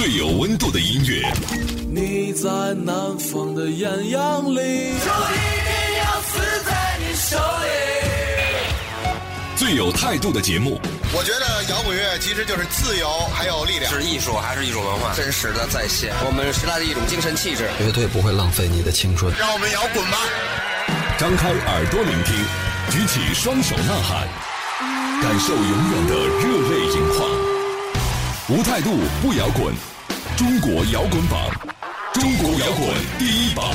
最有温度的音乐。 你在南方的艳阳里，就一定要死在你手里。 最有态度的节目。 我觉得摇滚乐其实就是自由还有力量， 是艺术还是一种文化，真实的再现我们时代的一种精神气质， 绝对不会浪费你的青春。 让我们摇滚吧！ 张开耳朵聆听，举起双手呐喊，感受永远的热泪盈眶。无态度不摇滚，中国摇滚榜，中国摇滚第一榜。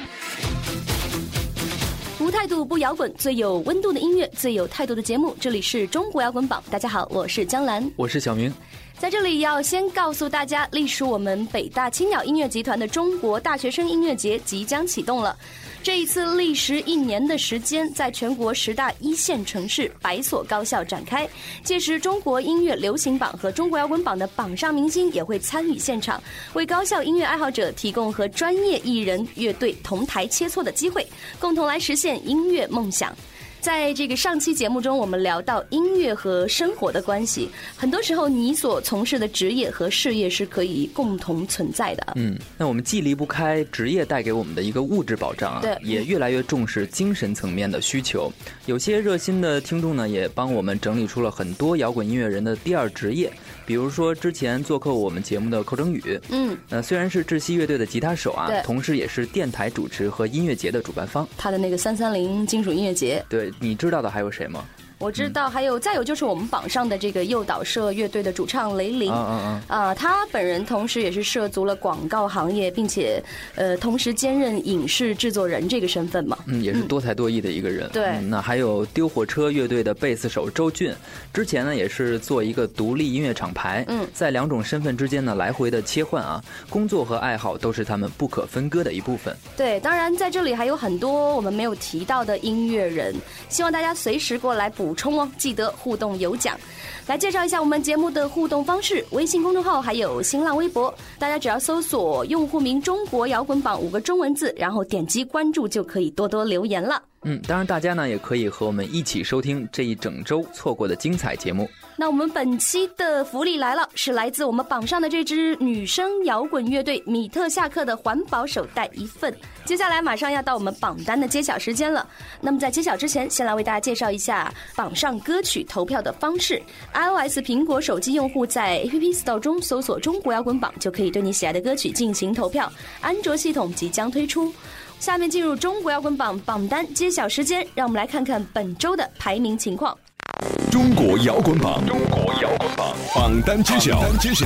无态度不摇滚，最有温度的音乐，最有态度的节目，这里是中国摇滚榜。大家好，我是江兰， 我是小明。 在这里要先告诉大家，隶属我们北大青鸟音乐集团的中国大学生音乐节即将启动了。这一次历时1年的时间，在全国10大一线城市100所高校展开。届时，中国音乐流行榜和中国摇滚榜的榜上明星也会参与现场，为高校音乐爱好者提供和专业艺人乐队同台切磋的机会，共同来实现音乐梦想。在这个上期节目中，我们聊到音乐和生活的关系，很多时候你所从事的职业和事业是可以共同存在的。 那我们既离不开职业带给我们的一个物质保障啊， 对， 也越来越重视精神层面的需求。有些热心的听众呢，也帮我们整理出了很多摇滚音乐人的第二职业，比如说之前做客我们节目的寇征宇，虽然是窒息乐队的吉他手啊，同时也是电台主持和音乐节的主办方， 他的那个330金属音乐节。 对，你知道的还有谁吗？ 我知道，还有再有就是我们榜上的这个诱导社乐队的主唱雷凌，他本人同时也是涉足了广告行业，并且同时兼任影视制作人这个身份嘛， 也是多才多艺的一个人。 对， 那还有丢火车乐队的贝斯手周俊，之前呢也是做一个独立音乐厂牌，在2种身份之间呢来回的切换啊，工作和爱好都是他们不可分割的一部分。 对，当然在这里还有很多我们没有提到的音乐人，希望大家随时过来补充哦，记得互动有奖。来介绍一下我们节目的互动方式，微信公众号还有新浪微博，大家只要搜索用户名中国摇滚榜5个中文字，然后点击关注就可以多多留言了。 当然大家呢也可以和我们一起收听这一整周错过的精彩节目。 那我们本期的福利来了，是来自我们榜上的这支女生摇滚乐队米特夏克的环保手袋1份。接下来马上要到我们榜单的揭晓时间了。那么在揭晓之前，先来为大家介绍一下榜上歌曲投票的方式。iOS 苹果手机用户在 App Store 中搜索中国摇滚榜，就可以对你喜爱的歌曲进行投票。安卓系统即将推出。下面进入中国摇滚榜榜单揭晓时间，让我们来看看本周的排名情况。 中国摇滚榜，中国摇滚榜榜单揭晓。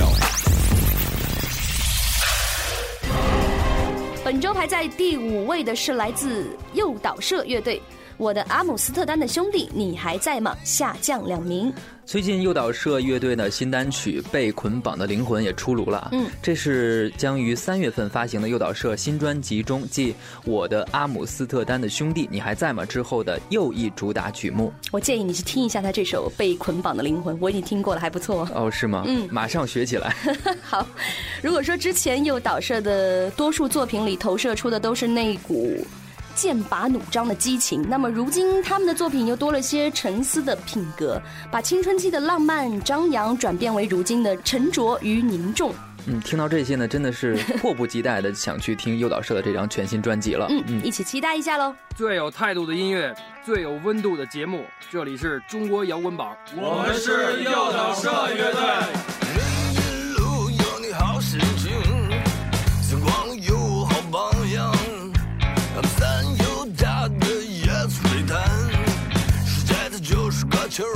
本周排在第5位的是来自诱导社乐队，我的阿姆斯特丹的兄弟你还在吗？下降2名。 最近诱导社乐队的新单曲《被捆绑的灵魂》也出炉了，这是将于3月份发行的诱导社新专辑中继《我的阿姆斯特丹的兄弟你还在吗》之后的又一主打曲目。 我建议你去听一下他这首《被捆绑的灵魂》，我已经听过了，还不错哦。是吗？马上学起来。 好，如果说之前诱导社的多数作品里投射出的都是那股剑拔弩张的激情，那么如今他们的作品又多了些沉思的品格，把青春期的浪漫张扬转变为如今的沉着与凝重。 听到这些呢，真的是迫不及待的想去听诱导社的这张全新专辑了。 一起期待一下喽！ 最有态度的音乐，最有温度的节目，这里是中国摇滚榜， 我们是诱导社乐队。 人一路有你好心情，阳光有好榜样。咱有大的野炊炭，世界它就是个球，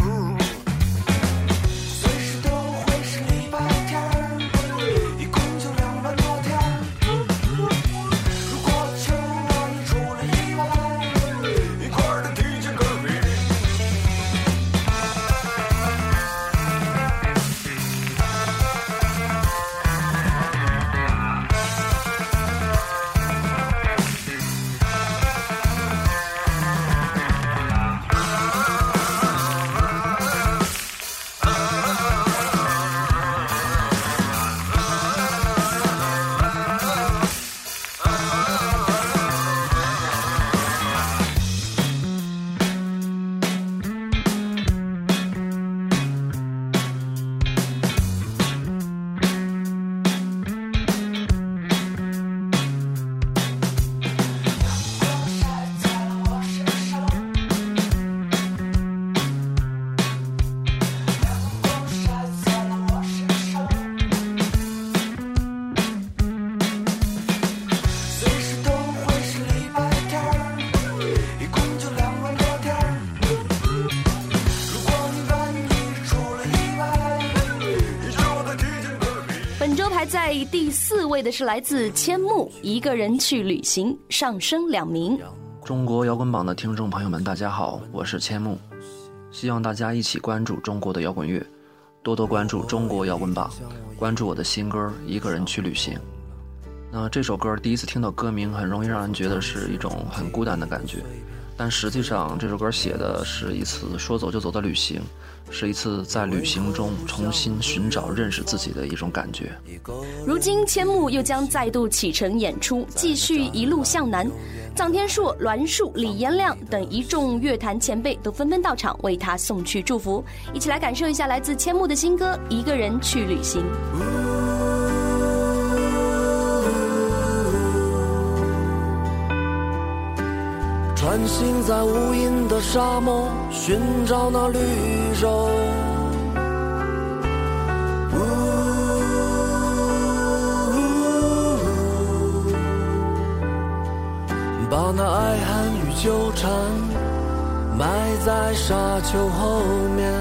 随时都会是礼拜天，一共就2万多天。如果球万一出了意外，一块儿的提前隔壁。 在第4位的是来自千木，一个人去旅行，上升2名。 中国摇滚榜的听众朋友们，大家好，我是千木，希望大家一起关注中国的摇滚乐，多多关注中国摇滚榜，关注我的新歌《一个人去旅行》。那这首歌第一次听到歌名，很容易让人觉得是一种很孤单的感觉，但实际上这首歌写的是一次说走就走的旅行，是一次在旅行中重新寻找认识自己的一种感觉。 如今千木又将再度启程演出，继续一路向南。臧天朔、栾树、李延亮等一众乐坛前辈都纷纷到场为他送去祝福。一起来感受一下来自千木的新歌《一个人去旅行》。 穿行在无垠的沙漠，寻找那绿洲。把那爱恨与纠缠埋在沙丘后面。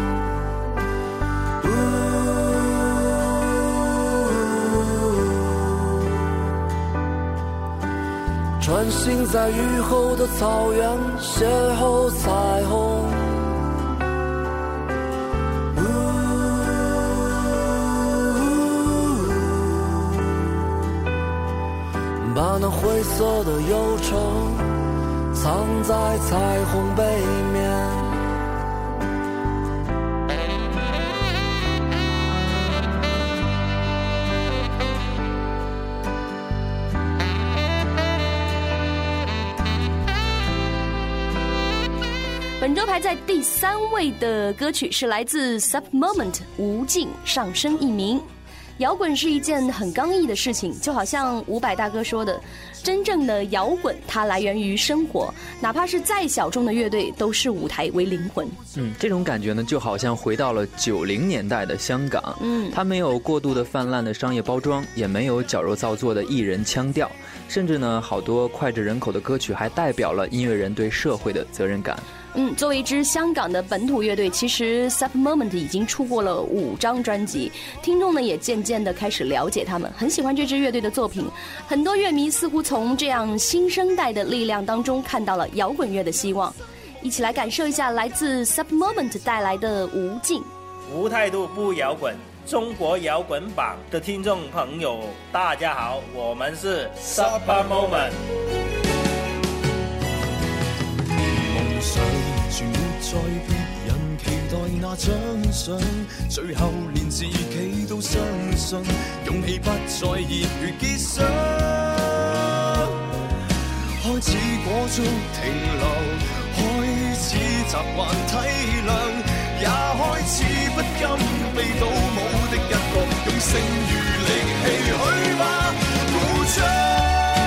穿行在雨后的草原，邂逅彩虹。把那灰色的忧愁藏在彩虹背面。 本周排在第3位的歌曲是来自 Sub Moment 无尽，上升1名。摇滚是一件很刚毅的事情，就好像伍佰大哥说的，真正的摇滚它来源于生活，哪怕是再小众的乐队都视舞台为灵魂。 这种感觉呢，就好像回到了90年代的香港。它没有过度的泛滥的商业包装，也没有矫揉造作的艺人腔调，甚至呢，好多脍炙人口的歌曲还代表了音乐人对社会的责任感。 作为一支香港的本土乐队，其实 Sub Moment 已经出过了5张专辑，听众呢也渐渐的开始了解他们，很喜欢这支乐队的作品。很多乐迷似乎从这样新生代的力量当中看到了摇滚乐的希望。一起来感受一下来自 Sub Moment 带来的无尽。 无态度不摇滚，中国摇滚榜的听众朋友大家好，我们是 Sub Moment。 想全活在別人期待那獎賞，最後連自己都相信，勇氣不再熱血結霜，開始裹足停留，開始習慣體諒，也開始不甘被倒舞的一角，用剩餘力氣去吧，鼓掌。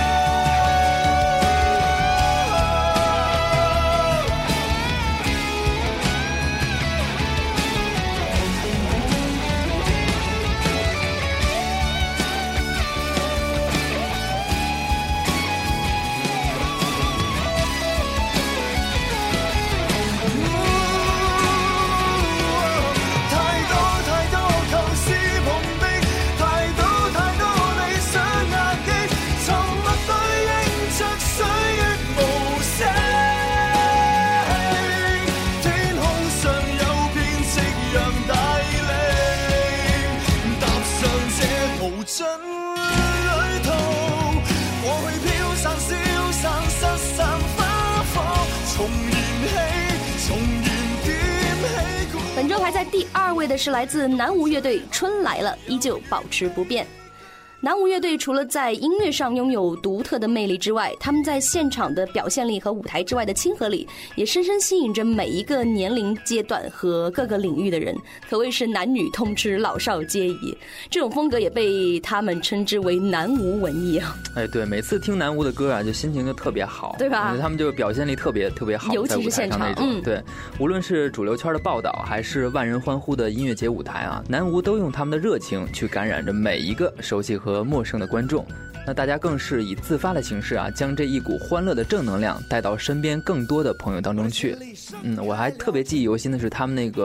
本周排在第2位的是来自南无乐队，春来了，依旧保持不变。南无乐队除了在音乐上拥有独特的魅力之外，他们在现场的表现力和舞台之外的亲和力，也深深吸引着每一个年龄阶段和各个领域的人，可谓是男女通吃，老少皆宜。这种风格也被他们称之为南无文艺啊。 对，每次听南无的歌啊，就心情就特别好， 对吧？ 他们就表现力特别好， 尤其是现场那种。对，无论是主流圈的报道，还是万人欢呼的音乐节舞台啊，南无都用他们的热情去感染着每一个熟悉和陌生的观众。那大家更是以自发的形式啊，将这一股欢乐的正能量带到身边更多的朋友当中去。我还特别记忆犹新的是他们那个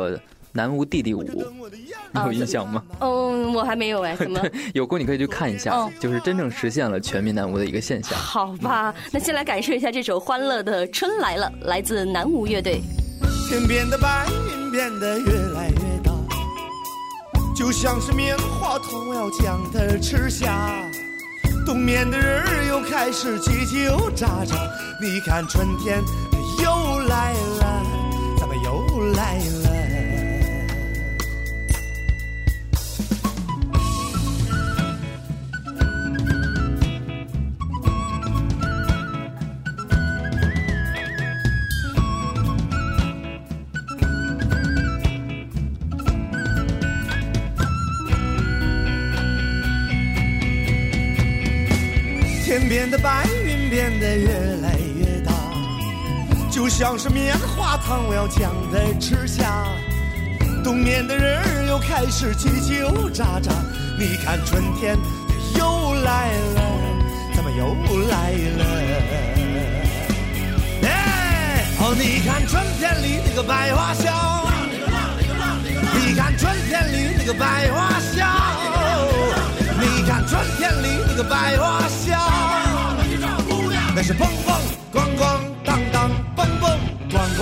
南无弟弟舞，你有印象吗？ 我还没有哎，怎么？ 有空你可以去看一下，就是真正实现了全民南无的一个现象。 好吧，那先来感受一下这首欢乐的《春来了》，来自南无乐队。 天边的白云变得越来越大，就像是棉花糖要将它吃下。冬眠的人儿又开始叽叽喳喳，你看春天又来了，咱们又来了。天边的白云变得越来越大，就像是棉花糖我要将它吃下。冬眠的人儿又开始叽叽喳喳，你看春天又来了，咱们又来了。哎，哦，你看春天里那个百花香，你看春天里那个百花香，你看春天里那个百花香，那是蹦蹦咣咣当当，蹦蹦咣咣。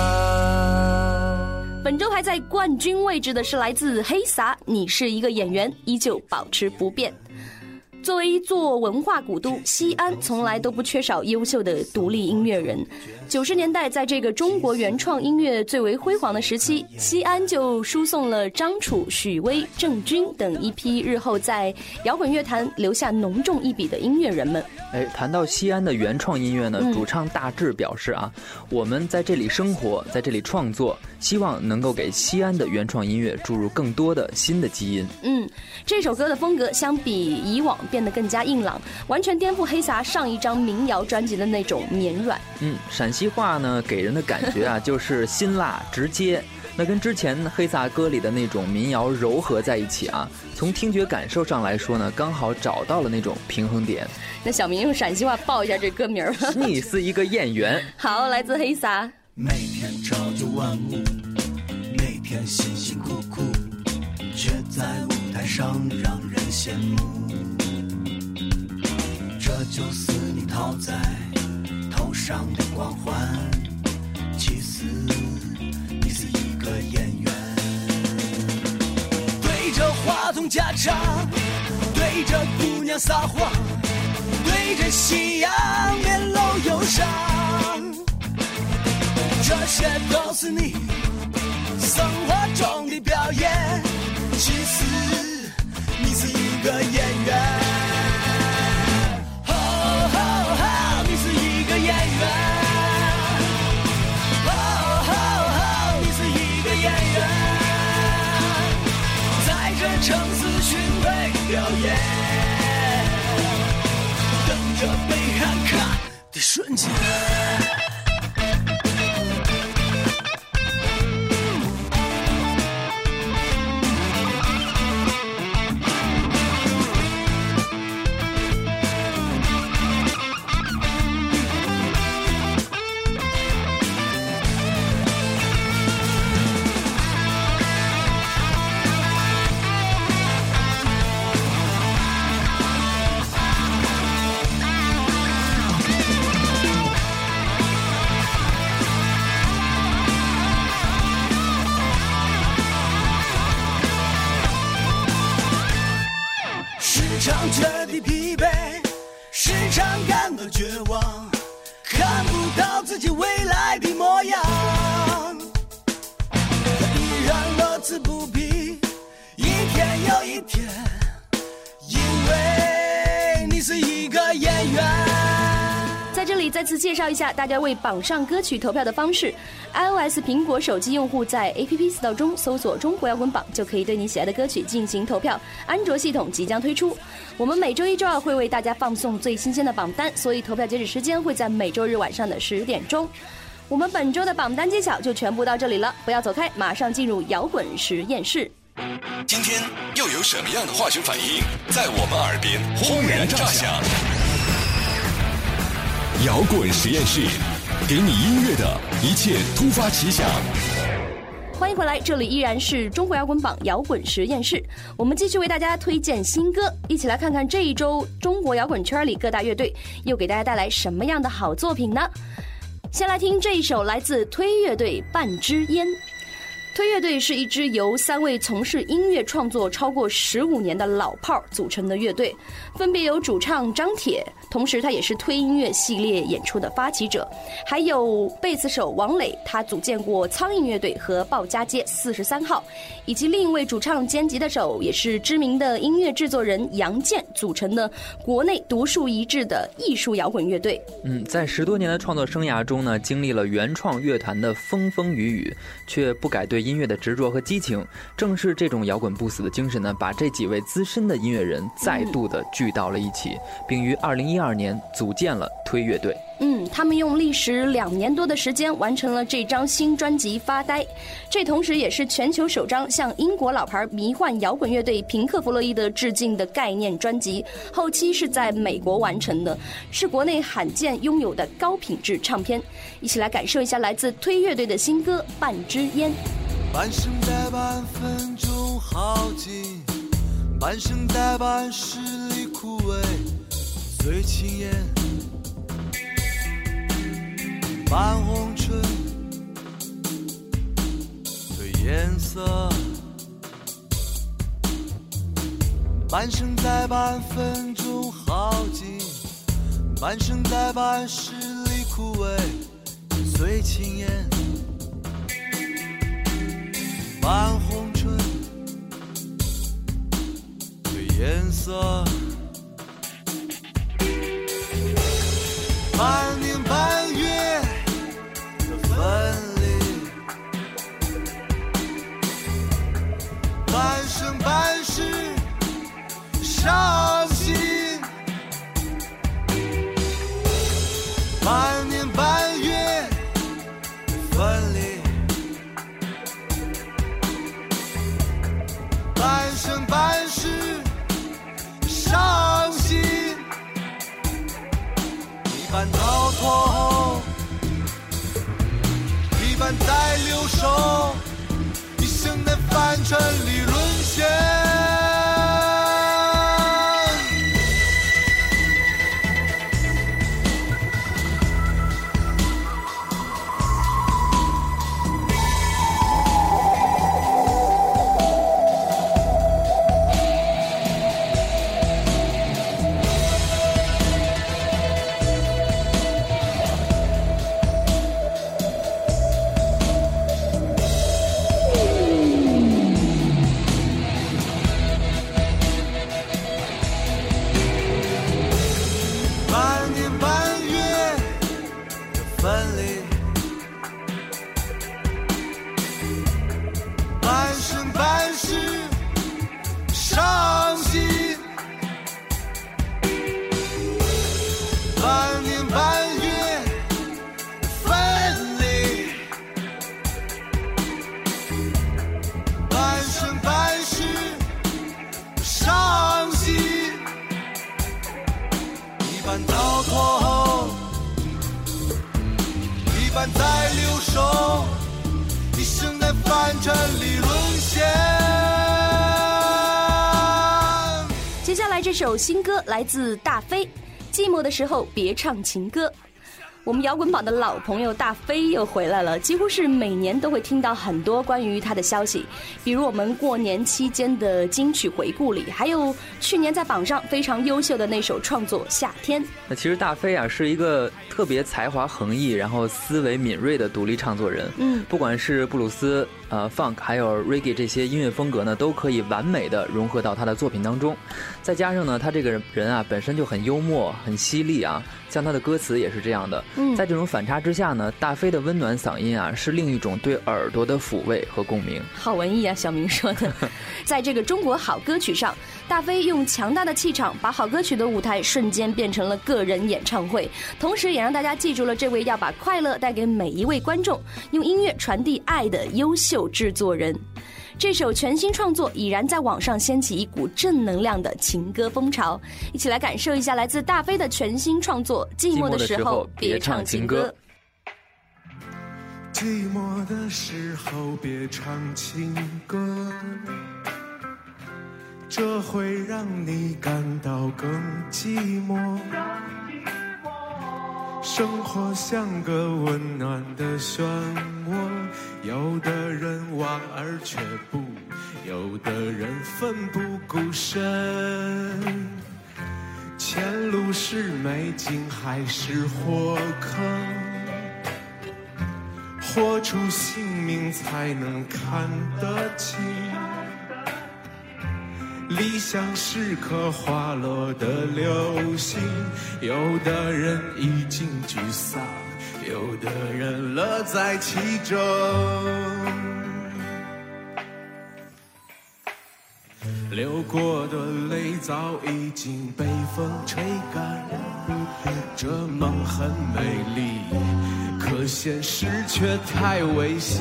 本周还在冠军位置的是来自黑撒，你是一个演员，依旧保持不变。作为一座文化古都，西安从来都不缺少优秀的独立音乐人。90年代，在这个中国原创音乐最为辉煌的时期，西安就输送了张楚、许巍、郑钧等一批日后在摇滚乐坛留下浓重一笔的音乐人们。 谈到西安的原创音乐呢，主唱大志表示啊，我们在这里生活，在这里创作，希望能够给西安的原创音乐注入更多的新的基因。 这首歌的风格相比以往变得更加硬朗，完全颠覆黑撒上一张民谣专辑的那种绵软。 陕西话呢给人的感觉啊就是辛辣直接，那跟之前黑撒歌里的那种民谣糅合在一起啊，从听觉感受上来说呢，刚好找到了那种平衡点。 那小明用陕西话报一下这歌名吧。 你是一个演员。 好，来自黑撒。 每天朝九晚五，每天辛辛苦苦，却在舞台上让人羡慕。这就是你套在头上的光环，其实你是一个演员。对着话筒假唱，对着姑娘撒谎，对着夕阳面露忧伤，这些都是你生活中的表演，其实你是一个演员。你是一个演员。你是一个演员，在这城市巡回表演，等着被喊卡的瞬间。时常觉得疲惫，时常感到绝望，看不到自己未来的模样，依然乐此不疲，一天又一天，因为你是一个演员。 在这里再次介绍一下大家为榜上歌曲投票的方式。iOS 苹果手机用户在 App Store 中搜索中国摇滚榜，就可以对你喜爱的歌曲进行投票。安卓系统即将推出，我们每周一周二会为大家放送最新鲜的榜单，所以投票截止时间会在每周日晚上的10点钟。我们本周的榜单揭晓就全部到这里了，不要走开，马上进入摇滚实验室。 今天又有什么样的化学反应在我们耳边轰然炸响？摇滚实验室，给你音乐的一切突发奇想。 欢欢迎回来，这里依然是中国摇滚榜摇滚实验室，我们继续为大家推荐新歌，一起来看看这一周中国摇滚圈里各大乐队又给大家带来什么样的好作品呢？先来听这一首来自推乐队《半支烟》。推乐队是一支由3位从事音乐创作超过15年的老炮组成的乐队，分别有主唱张铁，同时他也是推音乐系列演出的发起者，还有贝斯手王磊，他组建过苍蝇乐队和鲍家街43号，以及另一位主唱兼吉他手也是知名的音乐制作人杨健组成的国内独树一帜的艺术摇滚乐队。 在10多年的创作生涯中呢，经历了原创乐坛的风风雨雨，却不改对音乐的执着和激情。正是这种摇滚不死的精神呢，把这几位资深的音乐人再度的聚到了一起，并于2012年组建了推乐队。 他们用历时2年多的时间完成了这张新专辑《发呆》，这同时也是全球首张向英国老牌迷幻摇滚乐队平克·弗洛伊德致敬的概念专辑，后期是在美国完成的，是国内罕见拥有的高品质唱片。一起来感受一下来自推乐队的新歌《半支烟》。 半生在半分钟耗尽，半生在半十里枯萎，最轻烟半红唇对颜色，半生在半分钟耗尽，半生在半十里枯萎，最轻烟半红唇对颜色，半年半月的分离，半生半世伤心，半年半月分离，半生半世伤心，一半逃脱后，一半在留守，一生在凡尘里沦陷。在留守，一生在凡尘里沦陷。 接下来这首新歌来自大飞，寂寞的时候别唱情歌。我们摇滚榜的老朋友大飞又回来了，几乎是每年都会听到很多关于他的消息，比如我们过年期间的金曲回顾里，还有去年在榜上非常优秀的那首创作《夏天》。 那其实大飞啊是一个特别才华横溢，然后思维敏锐的独立唱作人。不管是布鲁斯、funk 还有 reggae 这些音乐风格呢，都可以完美的融合到他的作品当中。再加上呢，他这个人啊本身就很幽默、很犀利啊，像他的歌词也是这样的。在这种反差之下呢，大飞的温暖嗓音啊是另一种对耳朵的抚慰和共鸣。 好文艺啊，小明说的。在这个中国好歌曲上，大飞用强大的气场把好歌曲的舞台瞬间变成了个人演唱会，同时也让大家记住了这位要把快乐带给每一位观众，用音乐传递爱的优秀制作人。这首全新创作已然在网上掀起一股正能量的情歌风潮，一起来感受一下来自大飞的全新创作《寂寞的时候别唱情歌》。 寂寞的时候别唱情歌，这会让你感到更寂寞。生活像个温暖的漩涡，有的人望而却步，有的人奋不顾身。前路是美景还是火坑？活出性命才能看得清。理想是颗滑落的流星，有的人已经沮丧，有的人乐在其中。流过的泪早已经被风吹干，这梦很美丽，可现实却太危险。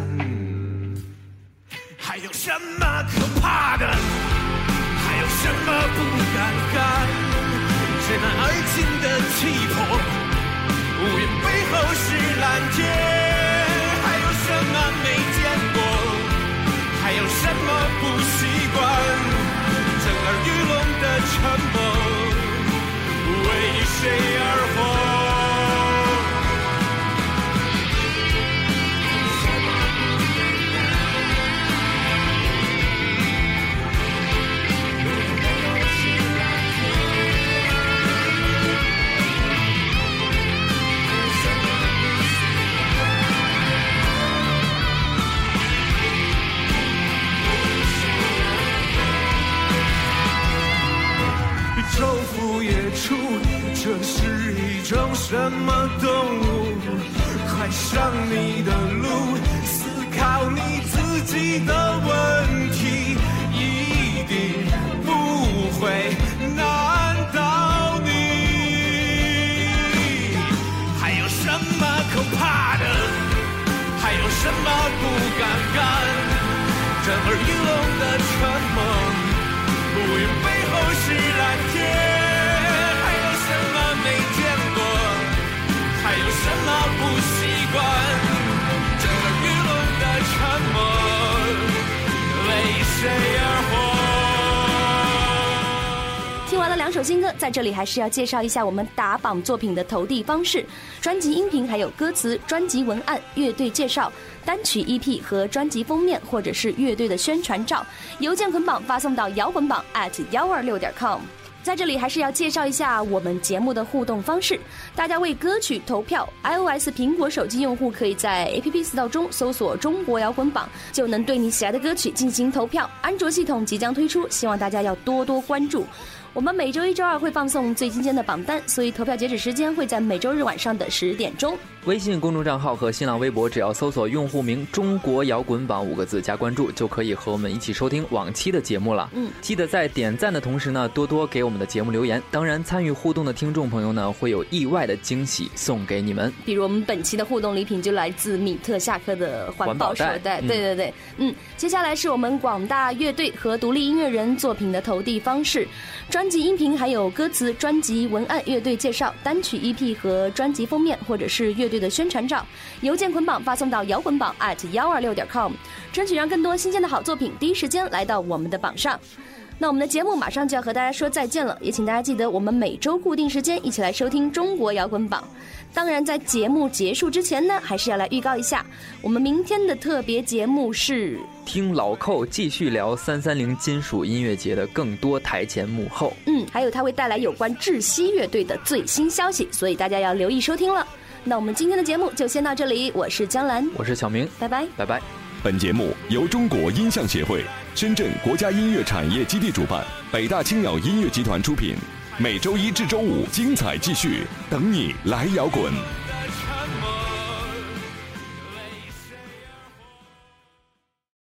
还有什么可怕的？还有什么不敢干？纸满而尽的气魄，乌云背后是蓝天。还有什么没见过？还有什么不习惯？震耳欲聋的沉默，为谁而活？昼伏夜出，这是一种什么动物？快上你的路，思考你自己的问题，一定不会难倒你。还有什么可怕的？还有什么不敢干？震耳欲聋的沉默，乌云背后是蓝天。还有什么没见过？还有什么不习惯？震耳欲聋的沉默，为谁而活？ 听完了2首新歌，在这里还是要介绍一下我们打榜作品的投递方式：专辑音频、还有歌词、专辑文案、乐队介绍、单曲 EP 和专辑封面，或者是乐队的宣传照，邮件捆绑发送到摇滚榜@126.com。在这里还是要介绍一下我们节目的互动方式，大家为歌曲投票。iOS 苹果手机用户可以在 APP Store 中搜索中国摇滚榜，就能对你喜爱的歌曲进行投票。安卓系统即将推出，希望大家要多多关注。我们每周1、周2会放送最新鲜的榜单，所以投票截止时间会在每周日晚上的10点钟。 微信公众账号和新浪微博只要搜索用户名中国摇滚榜5个字加关注，就可以和我们一起收听往期的节目了。记得在点赞的同时呢，多多给我们的节目留言。当然参与互动的听众朋友呢，会有意外的惊喜送给你们， 比如我们本期的互动礼品就来自米特夏克的环保手袋。对，接下来是我们广大乐队和独立音乐人作品的投递方式：专辑音频、还有歌词、专辑文案、乐队介绍、单曲 EP 和专辑封面，或者是乐队的宣传照，邮件捆绑发送到摇滚榜@126.com，争取让更多新鲜的好作品第一时间来到我们的榜上。那我们的节目马上就要和大家说再见了，也请大家记得我们每周固定时间一起来收听中国摇滚榜。当然在节目结束之前呢，还是要来预告一下我们明天的特别节目是听老寇继续聊330金属音乐节的更多台前幕后， 还有他会带来有关窒息乐队的最新消息，所以大家要留意收听了。那我们今天的节目就先到这里，我是江兰， 我是小明， 拜拜， 拜拜。 本节目由中国音像协会、深圳国家音乐产业基地主办，北大青鸟音乐集团出品。每周1至周5精彩继续，等你来摇滚。